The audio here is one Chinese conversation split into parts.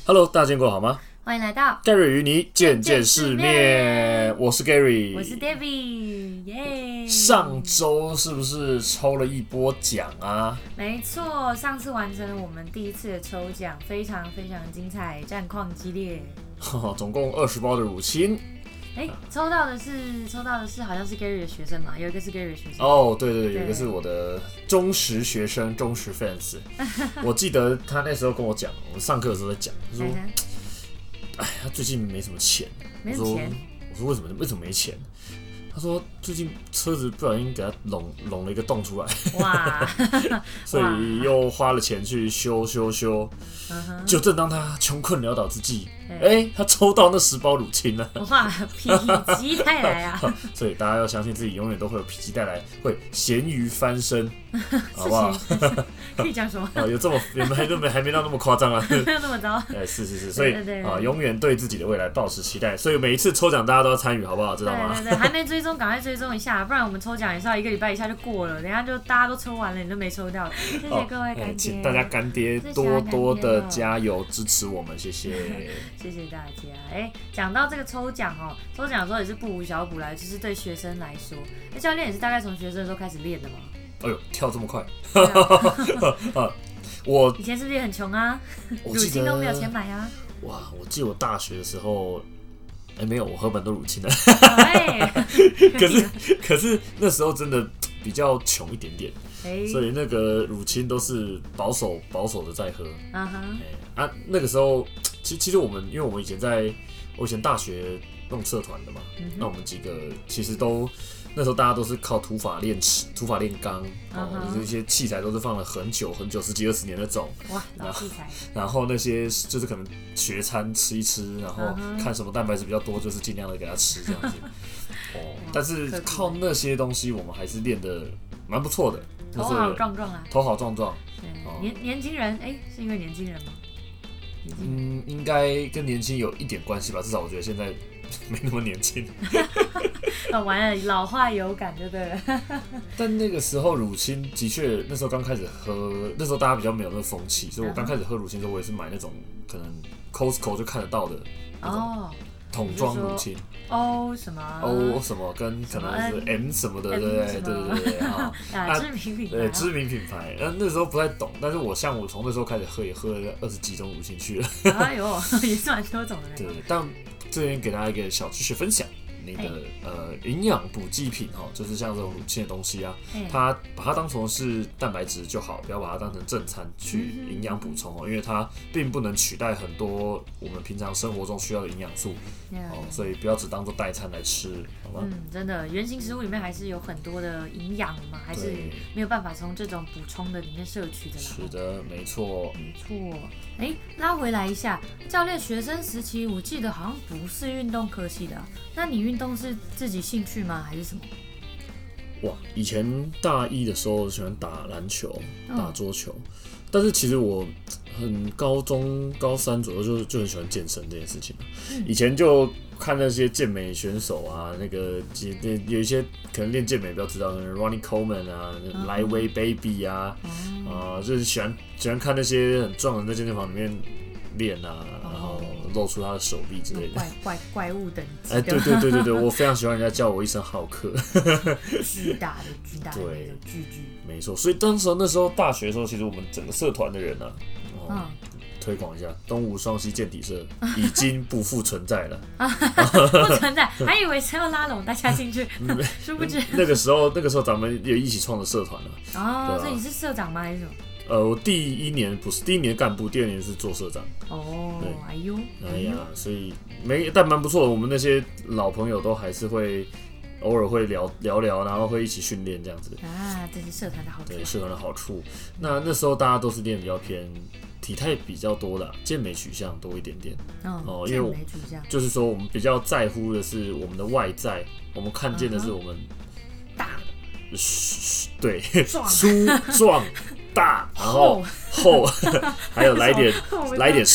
Hello， 大家见过好吗？ 欢迎来到 Gary 与你见见世面，我是 Gary， 我是 Debbie， 耶！ 上周是不是抽了一波奖啊？ 没错，上次完成了我们第一次的抽奖，非常非常精彩，战况激烈。 总共20包的乳清。 抽到的是好像是 Gary 的学生嘛，有一个是 Gary 的学生。 哦，对，有一个是我的忠实学生、忠实 fans。我记得他那时候跟我讲，我们上课的时候在讲，他说：“哎，他最近没什么钱。” 没什么钱。 我说为什么没钱？他说最近车子不小心给他拢了一个洞出来， 哇！ 所以又花了钱去修。就正当他穷困潦倒之际，他抽到那10包乳清了。 哇，否极泰来啊！ 所以大家要相信自己永远都会有否极泰来，会咸鱼翻身，好不好？ 可以讲什么？ 有这么还没到那么夸张啊？ 没有那么糟。 是，所以永远对自己的未来抱持期待。所以每一次抽奖大家都要参与，好不好？知道吗？ 对，还没追踪，赶快追踪一下，不然我们抽奖也是要1个礼拜以下就过了，等一下就大家都抽完了，你都没抽到。谢谢各位干爹， 请大家干爹多多的加油支持我们，谢谢， 谢谢大家。讲到这个抽奖抽奖的时候也是不无小补啦，就是对学生来说，教练也是大概从学生的时候开始练的嘛。 哎呦，跳这么快！ 我以前是不是也很穷啊？ 乳清都没有钱买啊。 哇，我记得我大学的时候，没有，我喝蛮多乳清的。可是那时候真的比较穷一点点，所以那个乳清都是保守的在喝。那个时候其实因为我们我以前大学弄社团的嘛，那我们几个其实那时候大家都是靠土法炼钢，就是一些器材都是放了很久10几20年那种。 哇，老器材。 然后那些就是可能学餐吃一吃，然后看什么蛋白质比较多，就是尽量的给他吃这样子。但是靠那些东西，我们还是练得蛮不错的。 头好壮壮啊！ 头好壮壮。 年轻人，是因为年轻人吗？ 应该跟年轻有一点关系吧，至少我觉得现在没那么年轻。 完了，老化有感就对了。 但那个时候乳清的确，那时候刚开始喝，那时候大家比较没有那个风气，所以我刚开始喝乳清的时候，我也是买那种可能 Costco 就看得到的那种桶装乳清。 什么跟可能是 M 什么的，对啊， 知名品牌， 对，知名品牌。那时候不太懂，但是我从那时候开始喝，也喝了20几种乳清去了。 哎呦，也是蛮多种的。 对，但这边给大家一个小知识分享。那个营养补给品就是像这种乳清的东西啊，把它当成是蛋白质就好，不要把它当成正餐去营养补充因为它并不能取代很多我们平常生活中需要的营养素所以不要只当做代餐来吃，好吗？ 真的，原型食物里面还是有很多的营养嘛，还是没有办法从这种补充的里面摄取的啦。 是的，没错。 拉回来一下，教练学生时期我记得好像不是运动科系的那你运动是自己兴趣吗？还是什么？ 哇，以前大一的时候喜欢打篮球、打桌球，但是其实我高中高3左右就很喜欢健身这件事情。以前就看那些健美选手啊，那个有一些可能练健美比较知道，Ronnie Coleman 啊，Lightweight Baby 啊，就是喜欢看那些很壮的在健身房里面练啊，然后露出他的手臂之类的， 怪物等级。 对，我非常喜欢人家叫我一声浩克， 巨大的巨， 没错。所以那时候大学的时候，其实我们整个社团的人推广一下东吴双溪健体社已经不复存在了， 不存在，还以为是要拉拢大家进去，殊不知那个时候咱们也一起创的社团了。 所以你是社长吗？还是什么？ 我第一年不是，第一年干部，第2年是做社长。哎呀，所以但蛮不错的。我们那些老朋友都还是会偶尔会聊，然后会一起训练这样子。 这是社团的好处。 对，社团的好处。那时候大家都是练比较偏体态比较多的健美取向多一点点。因为就是说我们比较在乎的是我们的外在，我们看见的是我们大， 对，粗壮。大，然后厚，还有来点帅，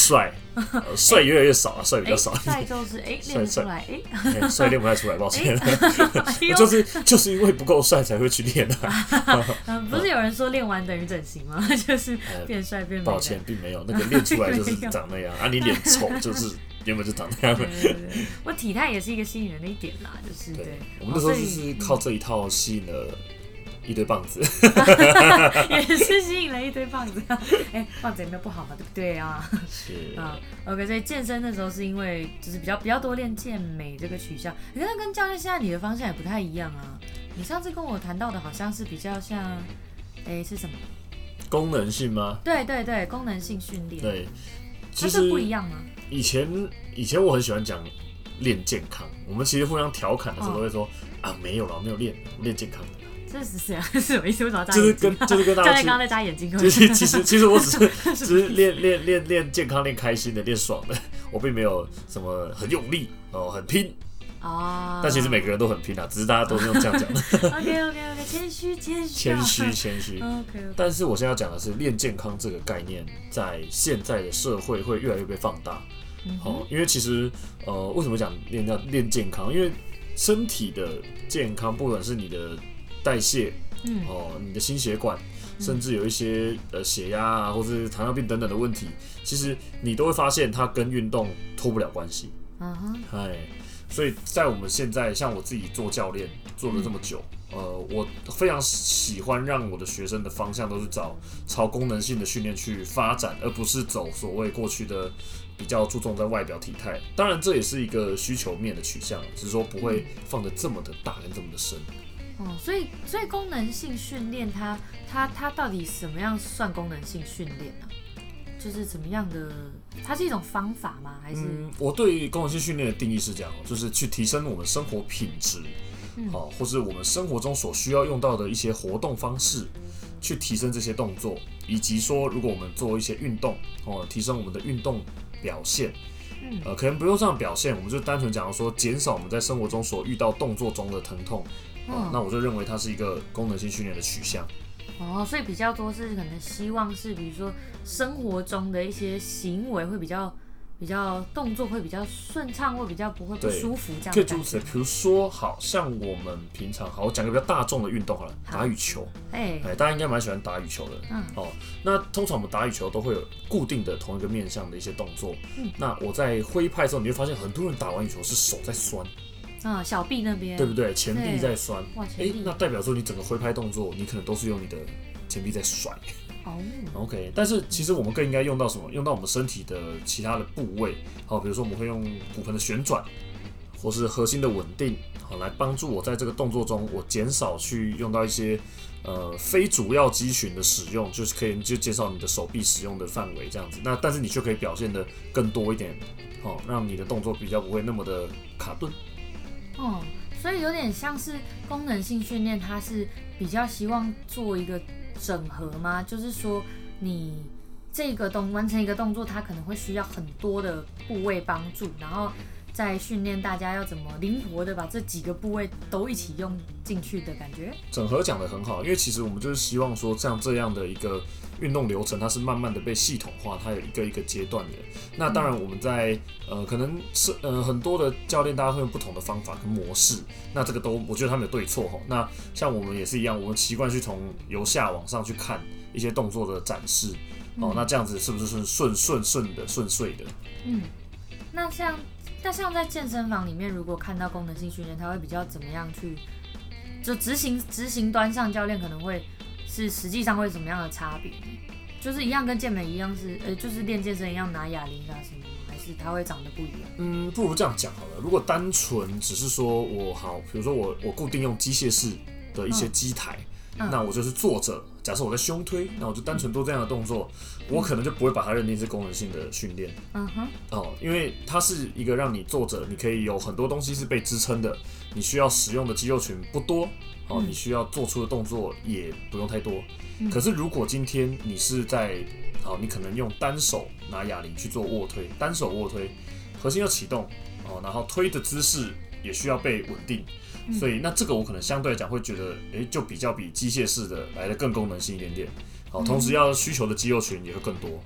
帅越来越少了，帅比较少。 帅就是练不出来， 帅练不太出来，抱歉。就是因为不够帅才会去练啊。 不是有人说练完等于整形吗？就是变帅变美。 抱歉，并没有，那个练出来就是长那样啊，你脸丑就是原本就长那样。 对，我体态也是一个吸引人的一点啦，就是对。 我们那时候就是靠这一套吸引了一堆棒子， 也是吸引了一堆棒子。棒子也没有不好嘛，对不对啊？ 是啊 ，OK， 所以健身的时候是因为就是比较多练健美这个取向。可是跟教练现在你的方向也不太一样啊。你上次跟我谈到的好像是比较像，是什么？ 功能性吗？ 对，功能性训练。 对， 其实不一样吗？ 以前我很喜欢讲练健康，我们其实互相调侃的时候都会说没有了，没有练，我练健康的。 这是谁啊？是什么意思？为什么要扎眼睛？就是跟大家教练刚刚在扎眼睛。 其实我只是练健康、练开心的、练爽的，我并没有什么很用力很拼。但其实每个人都很拼啊，只是大家都是用这样讲的。 OK， 谦虚。OK。 但是我现在要讲的是，练健康这个概念，在现在的社会会越来越被放大。因为其实为什么讲练健康？因为身体的健康，不管是你的代谢，你的心血管，甚至有一些血压啊，或是糖尿病等等的问题，其实你都会发现它跟运动脱不了关系。所以在我们现在，像我自己做教练做了这么久，我非常喜欢让我的学生的方向都是朝功能性的训练去发展，而不是走所谓过去的比较注重在外表体态。当然这也是一个需求面的取向，只是说不会放得这么的大跟这么的深。 所以功能性训练它到底什么样算功能性训练呢？就是怎么样的？它是一种方法吗？还是？ 我对功能性训练的定义是这样，就是去提升我们生活品质，或是我们生活中所需要用到的一些活动方式，去提升这些动作，以及说如果我们做一些运动，提升我们的运动表现。可能不用这样表现，我们就单纯讲说减少我们在生活中所遇到动作中的疼痛。那我就认为它是一个功能性训练的取向。 所以比较多是可能希望是，比如说生活中的一些行为会比较动作会比较顺畅，或比较不会不舒服这样的感觉。 可以诸此，比如说，好像我们平常我讲个比较大众的运动好了，打羽球。大家应该蛮喜欢打羽球的。那通常我们打羽球都会有固定的同一个面向的一些动作。那我在挥拍之后，你会发现很多人打完羽球是手在酸。 小臂那边， 对不对？前臂在酸， 那代表说你整个挥拍动作，你可能都是用你的前臂在甩。OK， 但是其实我们更应该用到什么？用到我们身体的其他的部位，比如说我们会用骨盆的旋转，或是核心的稳定，来帮助我在这个动作中，我减少去用到一些非主要肌群的使用，就是可以就减少你的手臂使用的范围这样子。那但是你却可以表现的更多一点，让你的动作比较不会那么的卡顿。 所以有点像是功能性训练，它是比较希望做一个整合吗？就是说你这个完成一个动作，它可能会需要很多的部位帮助，然后再训练大家要怎么灵活的把这几个部位都一起用进去的感觉。 整合讲得很好，因为其实我们就是希望说这样的一个运动流程，它是慢慢的被系统化，它有一个阶段的。那当然我们在可能是很多的教练大家会用不同的方法跟模式，那这个都我觉得他们有对错。那像我们也是一样，我们习惯去从由下往上去看一些动作的展示。那这样子是不是顺遂的？ 那像在健身房里面，如果看到功能性训练，他会比较怎么样去就执行端上，教练可能会是实际上会什么样的差别？就是一样跟健美一样就是练健身一样拿哑铃啊什么，还是它会长得不一样？ 不如这样讲好了。如果单纯只是说比如说我固定用机械式的一些机台，那我就是坐着，假设我在胸推，那我就单纯做这样的动作，我可能就不会把它认定是功能性的训练。因为它是一个让你坐着，你可以有很多东西是被支撑的，你需要使用的肌肉群不多，你需要做出的动作也不用太多。可是如果今天你是在你可能用单手拿哑铃去做卧推，单手卧推，核心要启动，然后推的姿势也需要被稳定。所以那这个我可能相对来讲会觉得，就比较比机械式的来的更功能性一点点。同时要需求的肌肉群也会更多。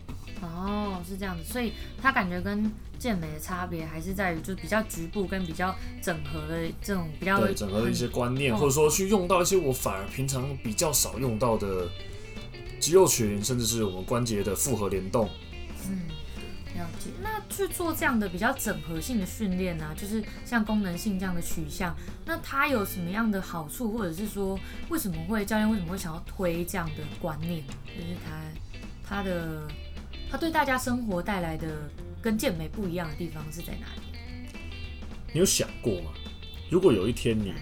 哦，是这样子，所以它感觉跟健美的差别还是在于，就比较局部跟比较整合的这种比较对整合的一些观念，或者说去用到一些我反而平常比较少用到的肌肉群，甚至是我们关节的复合联动。 了解。那去做这样的比较整合性的训练啊，就是像功能性这样的取向，那它有什么样的好处，或者是说教练为什么会想要推这样的观念？就是它对大家生活带来的跟健美不一样的地方是在哪里？ 你有想过吗？如果有一天你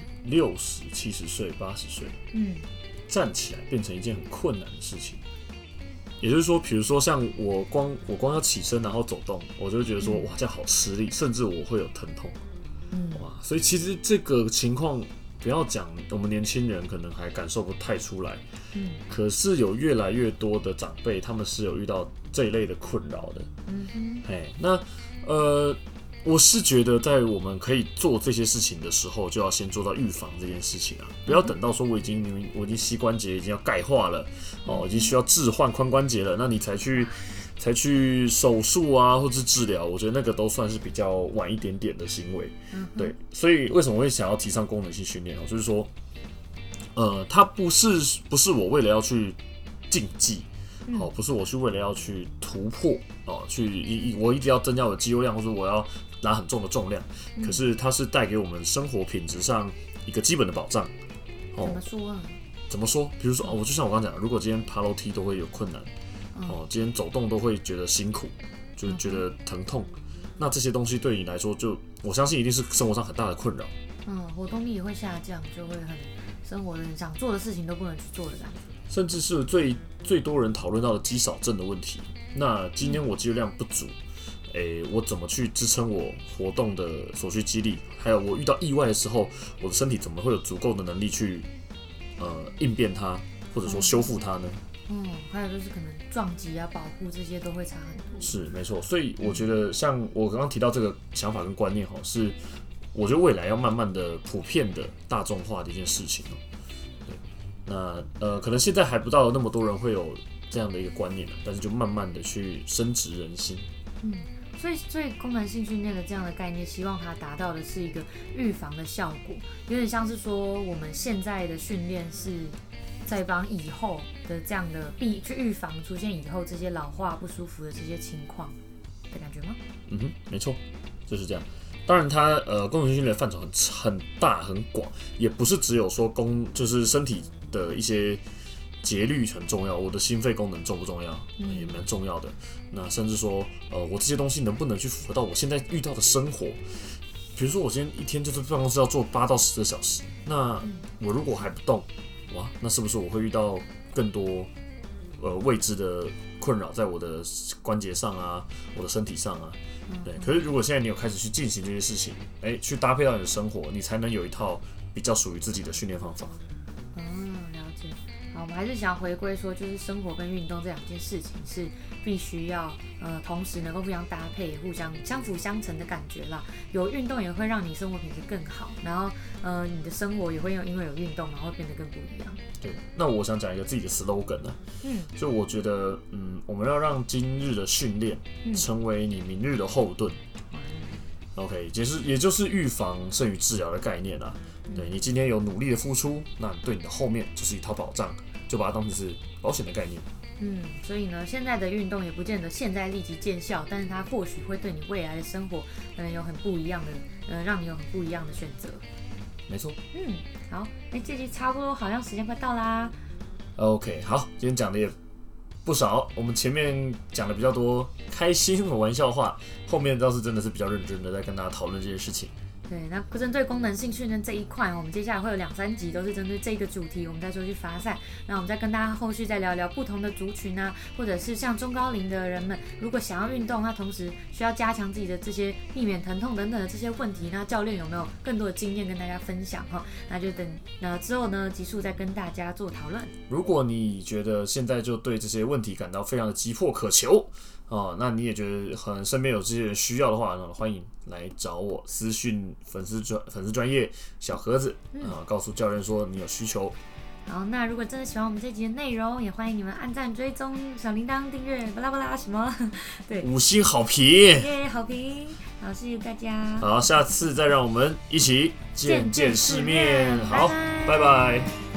60、70岁、80岁，站起来变成一件很困难的事情。也就是说，比如说像我光要起身然后走动，我就会觉得说，哇，这样好吃力，甚至我会有疼痛。哇，所以其实这个情况，不要讲我们年轻人可能还感受不太出来，可是有越来越多的长辈，他们是有遇到这一类的困扰的。那我是觉得，在我们可以做这些事情的时候，就要先做到预防这件事情啊，不要等到说我已经膝关节已经要钙化了，已经需要置换髋关节了，那你才去手术啊，或是治疗，我觉得那个都算是比较晚一点点的行为。对，所以为什么会想要提倡功能性训练？就是说，它不是我为了要去竞技。不是我去为了要去突破我一定要增加我的肌肉量，或者我要拿很重的重量，可是它是带给我们生活品质上一个基本的保障。怎么说？比如说我就像我刚刚讲，如果今天爬楼梯都会有困难，今天走动都会觉得辛苦，就是觉得疼痛，那这些东西对你来说，就我相信一定是生活上很大的困扰。 活动力也会下降，就会很生活的想做的事情都不能去做的感觉。 甚至是最多人讨论到的肌少症的问题。那今天我肌肉量不足，我怎么去支撑我活动的所需肌力？还有我遇到意外的时候，我的身体怎么会有足够的能力去应变它，或者说修复它呢？ 还有就是可能撞击啊、保护这些都会差很多。 是没错，所以我觉得像我刚刚提到这个想法跟观念，是我觉得未来要慢慢的普遍的大众化的一件事情。那可能现在还不到那么多人会有这样的一个观念，但是就慢慢的去深植人心。 所以功能性训练的这样的概念，希望它达到的是一个预防的效果，有点像是说我们现在的训练是在帮以后的这样的去预防出现以后这些老化不舒服的这些情况的感觉吗？ 没错，就是这样。当然它功能性训练的范畴很大很广，也不是只有说就是身体的一些节律很重要，我的心肺功能重不重要，也蛮重要的。那甚至说我这些东西能不能去符合到我现在遇到的生活？比如说我今天一天就是办公室要做8到10个小时，那我如果还不动，哇，那是不是我会遇到更多未知的困扰在我的关节上啊，我的身体上啊？对，可是如果现在你有开始去进行这些事情，去搭配到你的生活，你才能有一套比较属于自己的训练方法。 了解。好，我们还是想要回归说，就是生活跟运动这两件事情是必须要同时能够互相搭配、互相相辅相成的感觉啦。有运动也会让你生活品质更好，然后你的生活也会因为有运动，然后变得更不一样。 对，那我想讲一个自己的 slogan 啊，就我觉得我们要让今日的训练成为你明日的后盾。OK， 也就是预防胜于治疗的概念啊。对，你今天有努力的付出，那对你的后面就是一套保障，就把它当成是保险的概念。 所以呢，现在的运动也不见得现在立即见效，但是它或许会对你未来的生活可能有很不一样的，让你有很不一样的选择。 没错。 好，这集差不多好像时间快到啦。 OK， 好，今天讲的也不少，我们前面讲的比较多开心和玩笑话，后面倒是真的是比较认真的在跟大家讨论这件事情。 对，那针对功能性训练这一块，我们接下来会有2-3集都是针对这个主题，我们再说去发散。那我们再跟大家后续再聊聊不同的族群啊，或者是像中高龄的人们，如果想要运动，那同时需要加强自己的这些避免疼痛等等的这些问题，那教练有没有更多的经验跟大家分享哈？那就等之后呢集数再跟大家做讨论。 如果你觉得现在就对这些问题感到非常的急迫可求，那你也觉得很身边有这些人需要的话，欢迎来找我私讯粉丝专页小盒子告诉教练说你有需求， 好，那如果真的喜欢我们这集的内容，也欢迎你们按赞、追踪、小铃铛、订阅，巴拉巴拉什么，对 ，5星好评， 耶，好评，好，谢谢大家， 好，下次再让我们一起见见世面，好， 拜拜拜拜。